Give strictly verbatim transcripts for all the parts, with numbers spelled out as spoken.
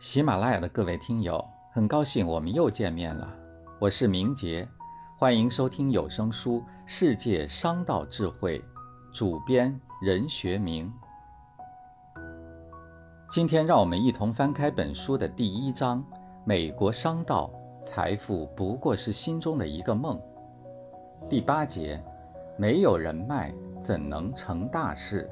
喜马拉雅的各位听友，很高兴我们又见面了。我是明杰，欢迎收听有声书《世界商道智慧》，主编任学明。今天让我们一同翻开本书的第一章：美国商道，财富不过是心中的一个梦。第八节：没有人脉，怎能成大事？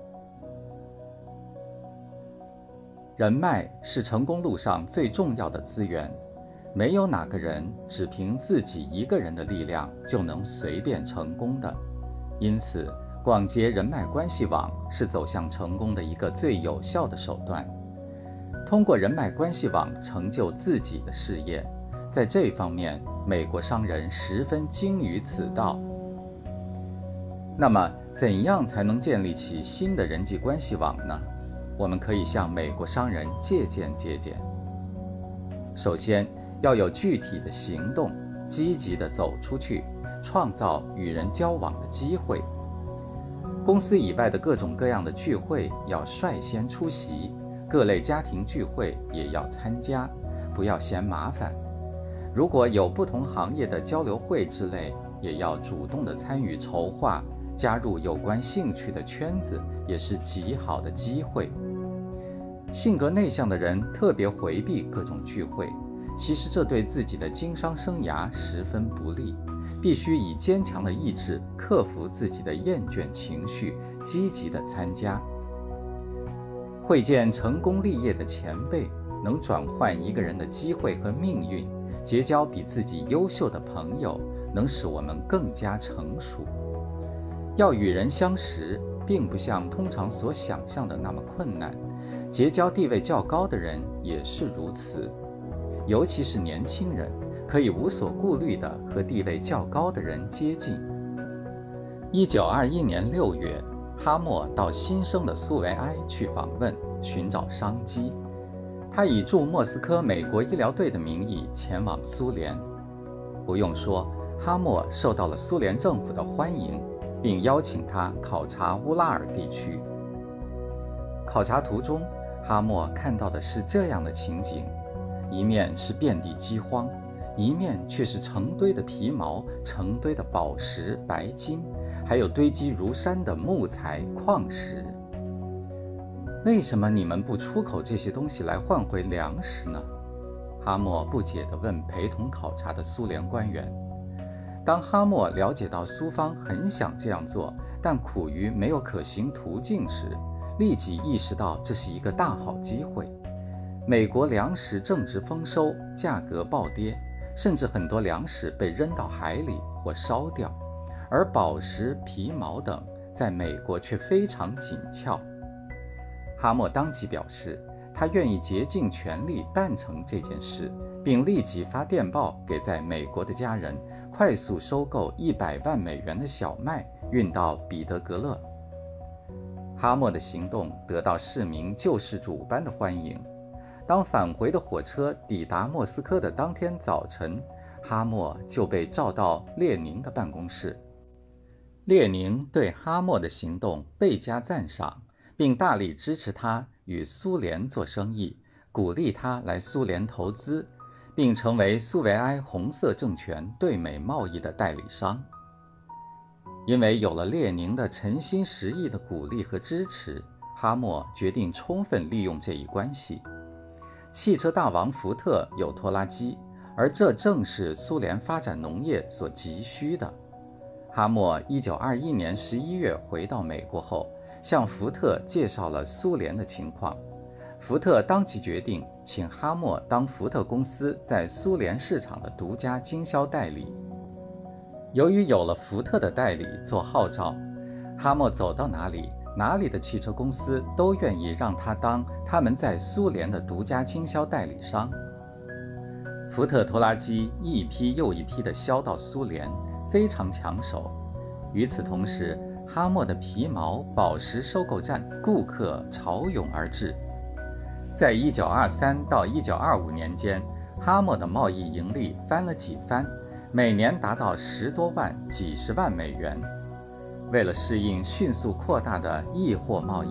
人脉是成功路上最重要的资源，没有哪个人只凭自己一个人的力量就能随便成功的。因此，广结人脉关系网是走向成功的一个最有效的手段。通过人脉关系网成就自己的事业，在这方面，美国商人十分精于此道。那么，怎样才能建立起新的人际关系网呢？我们可以向美国商人借鉴借鉴。首先，要有具体的行动，积极地走出去，创造与人交往的机会。公司以外的各种各样的聚会要率先出席，各类家庭聚会也要参加，不要嫌麻烦。如果有不同行业的交流会之类，也要主动地参与筹划，加入有关兴趣的圈子也是极好的机会。性格内向的人特别回避各种聚会，其实这对自己的经商生涯十分不利，必须以坚强的意志克服自己的厌倦情绪，积极地参加。会见成功立业的前辈，能转换一个人的机会和命运，结交比自己优秀的朋友，能使我们更加成熟。要与人相识，并不像通常所想象的那么困难，结交地位较高的人也是如此。尤其是年轻人，可以无所顾虑地和地位较高的人接近。一九二一年六月，哈默到新生的苏维埃去访问，寻找商机。他以驻莫斯科美国医疗队的名义前往苏联。不用说，哈默受到了苏联政府的欢迎，并邀请他考察乌拉尔地区。考察途中，哈默看到的是这样的情景：一面是遍地饥荒，一面却是成堆的皮毛、成堆的宝石、白金，还有堆积如山的木材、矿石。为什么你们不出口这些东西来换回粮食呢？哈默不解地问陪同考察的苏联官员。当哈默了解到苏方很想这样做，但苦于没有可行途径时，立即意识到这是一个大好机会。美国粮食正值丰收，价格暴跌，甚至很多粮食被扔到海里或烧掉，而宝石、皮毛等在美国却非常紧俏。哈默当即表示，他愿意竭尽全力办成这件事，并立即发电报给在美国的家人，快速收购一百万美元的小麦，运到彼得格勒。哈默的行动得到市民救世主般的欢迎。当返回的火车抵达莫斯科的当天早晨，哈默就被召到列宁的办公室。列宁对哈默的行动倍加赞赏，并大力支持他与苏联做生意，鼓励他来苏联投资，并成为苏维埃红色政权对美贸易的代理商。因为有了列宁的诚心实意的鼓励和支持，哈默决定充分利用这一关系。汽车大王福特有拖拉机，而这正是苏联发展农业所急需的。哈默一九二一年十一月回到美国后，向福特介绍了苏联的情况。福特当即决定请哈默当福特公司在苏联市场的独家经销代理。由于有了福特的代理做号召，哈默走到哪里，哪里的汽车公司都愿意让他当他们在苏联的独家经销代理商。福特拖拉机一批又一批地销到苏联，非常抢手。与此同时，哈默的皮毛、宝石收购站顾客潮涌而至。在一九二三到一九二五年间，哈默的贸易盈利翻了几番，每年达到十多万、几十万美元。为了适应迅速扩大的易货贸易，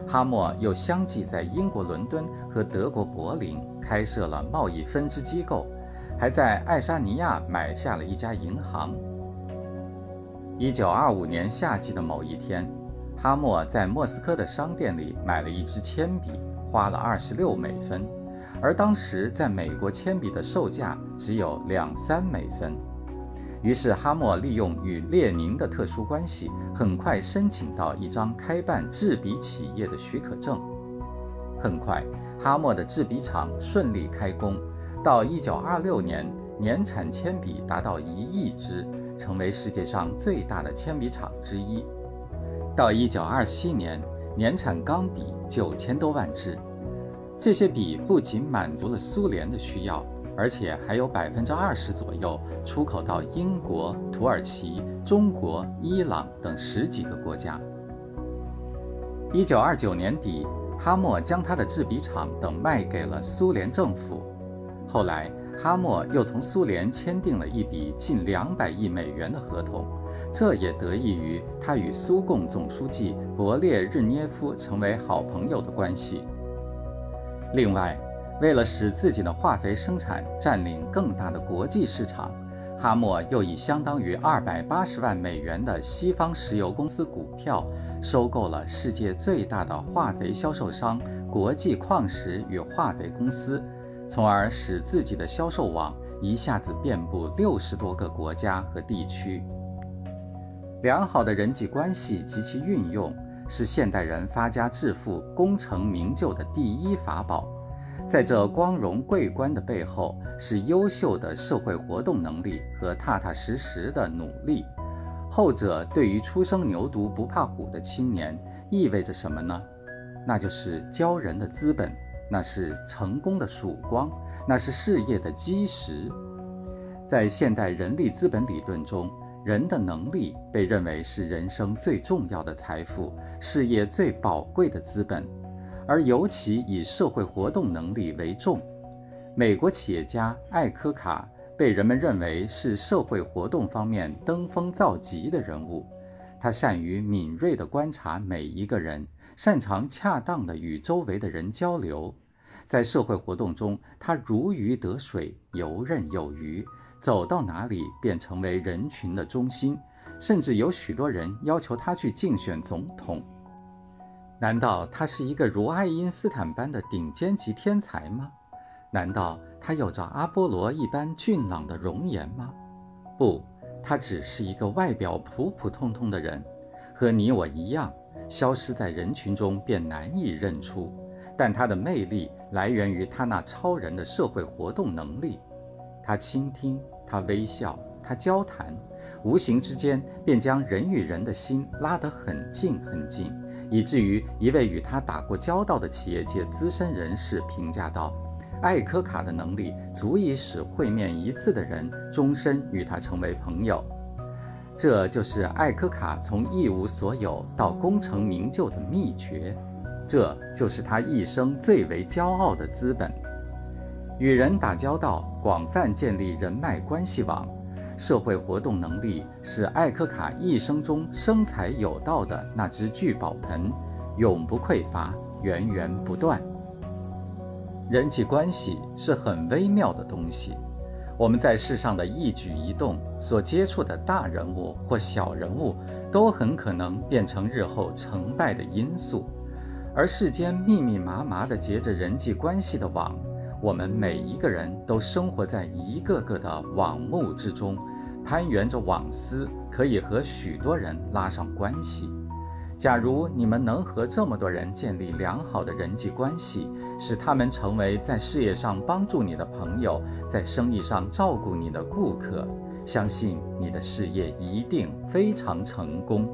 哈默又相继在英国伦敦和德国柏林开设了贸易分支机构，还在爱沙尼亚买下了一家银行。一九二五年夏季的某一天，哈默在莫斯科的商店里买了一支铅笔，花了二十六美分，而当时在美国铅笔的售价只有两三美分。于是哈默利用与列宁的特殊关系，很快申请到一张开办制笔企业的许可证。很快，哈默的制笔厂顺利开工，到一九二六年，年产铅笔达到一亿支，成为世界上最大的铅笔厂之一。到一九二七年，年产钢笔九千多万支。这些笔不仅满足了苏联的需要，而且还有百分之二十左右出口到英国、土耳其、中国、伊朗等十几个国家。一九二九年底，哈默将他的制笔厂等卖给了苏联政府。后来，哈默又同苏联签订了一笔近两百亿美元的合同，这也得益于他与苏共总书记勃列日涅夫成为好朋友的关系。另外，为了使自己的化肥生产占领更大的国际市场，哈默又以相当于二百八十万美元的西方石油公司股票，收购了世界最大的化肥销售商国际矿石与化肥公司，从而使自己的销售网一下子遍布六十多个国家和地区。良好的人际关系及其运用，是现代人发家致富、功成名就的第一法宝。在这光荣桂冠的背后，是优秀的社会活动能力和踏踏实实的努力。后者对于初生牛犊不怕虎的青年意味着什么呢？那就是骄人的资本，那是成功的曙光，那是事业的基石。在现代人力资本理论中，人的能力被认为是人生最重要的财富，事业最宝贵的资本，而尤其以社会活动能力为重。美国企业家艾科卡被人们认为是社会活动方面登峰造极的人物。他善于敏锐地观察每一个人，擅长恰当地与周围的人交流。在社会活动中，他如鱼得水，游刃有余，走到哪里便成为人群的中心，甚至有许多人要求他去竞选总统。难道他是一个如爱因斯坦般的顶尖级天才吗？难道他有着阿波罗一般俊朗的容颜吗？不，他只是一个外表普普通通的人，和你我一样，消失在人群中便难以认出。但他的魅力来源于他那超人的社会活动能力。他倾听，他微笑，他交谈，无形之间便将人与人的心拉得很近很近，以至于一位与他打过交道的企业界资深人士评价道，艾科卡的能力足以使会面一次的人终身与他成为朋友。这就是艾科卡从一无所有到功成名就的秘诀，这就是他一生最为骄傲的资本。与人打交道，广泛建立人脉关系网，社会活动能力是艾科卡一生中生财有道的那只聚宝盆，永不匮乏，源源不断。人际关系是很微妙的东西，我们在世上的一举一动，所接触的大人物或小人物，都很可能变成日后成败的因素。而世间密密麻麻地结着人际关系的网，我们每一个人都生活在一个个的网目之中，攀援着网丝，可以和许多人拉上关系。假如你们能和这么多人建立良好的人际关系，使他们成为在事业上帮助你的朋友，在生意上照顾你的顾客，相信你的事业一定非常成功。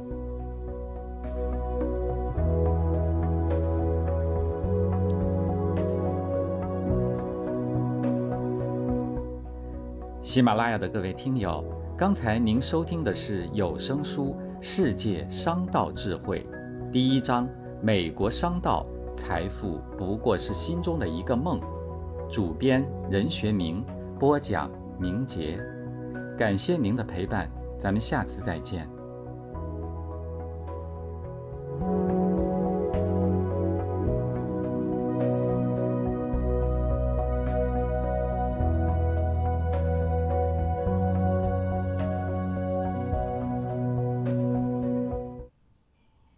喜马拉雅的各位听友，刚才您收听的是有声书《世界商道智慧》第一章：美国商道，财富不过是心中的一个梦。主编任学明，播讲明杰。感谢您的陪伴，咱们下次再见。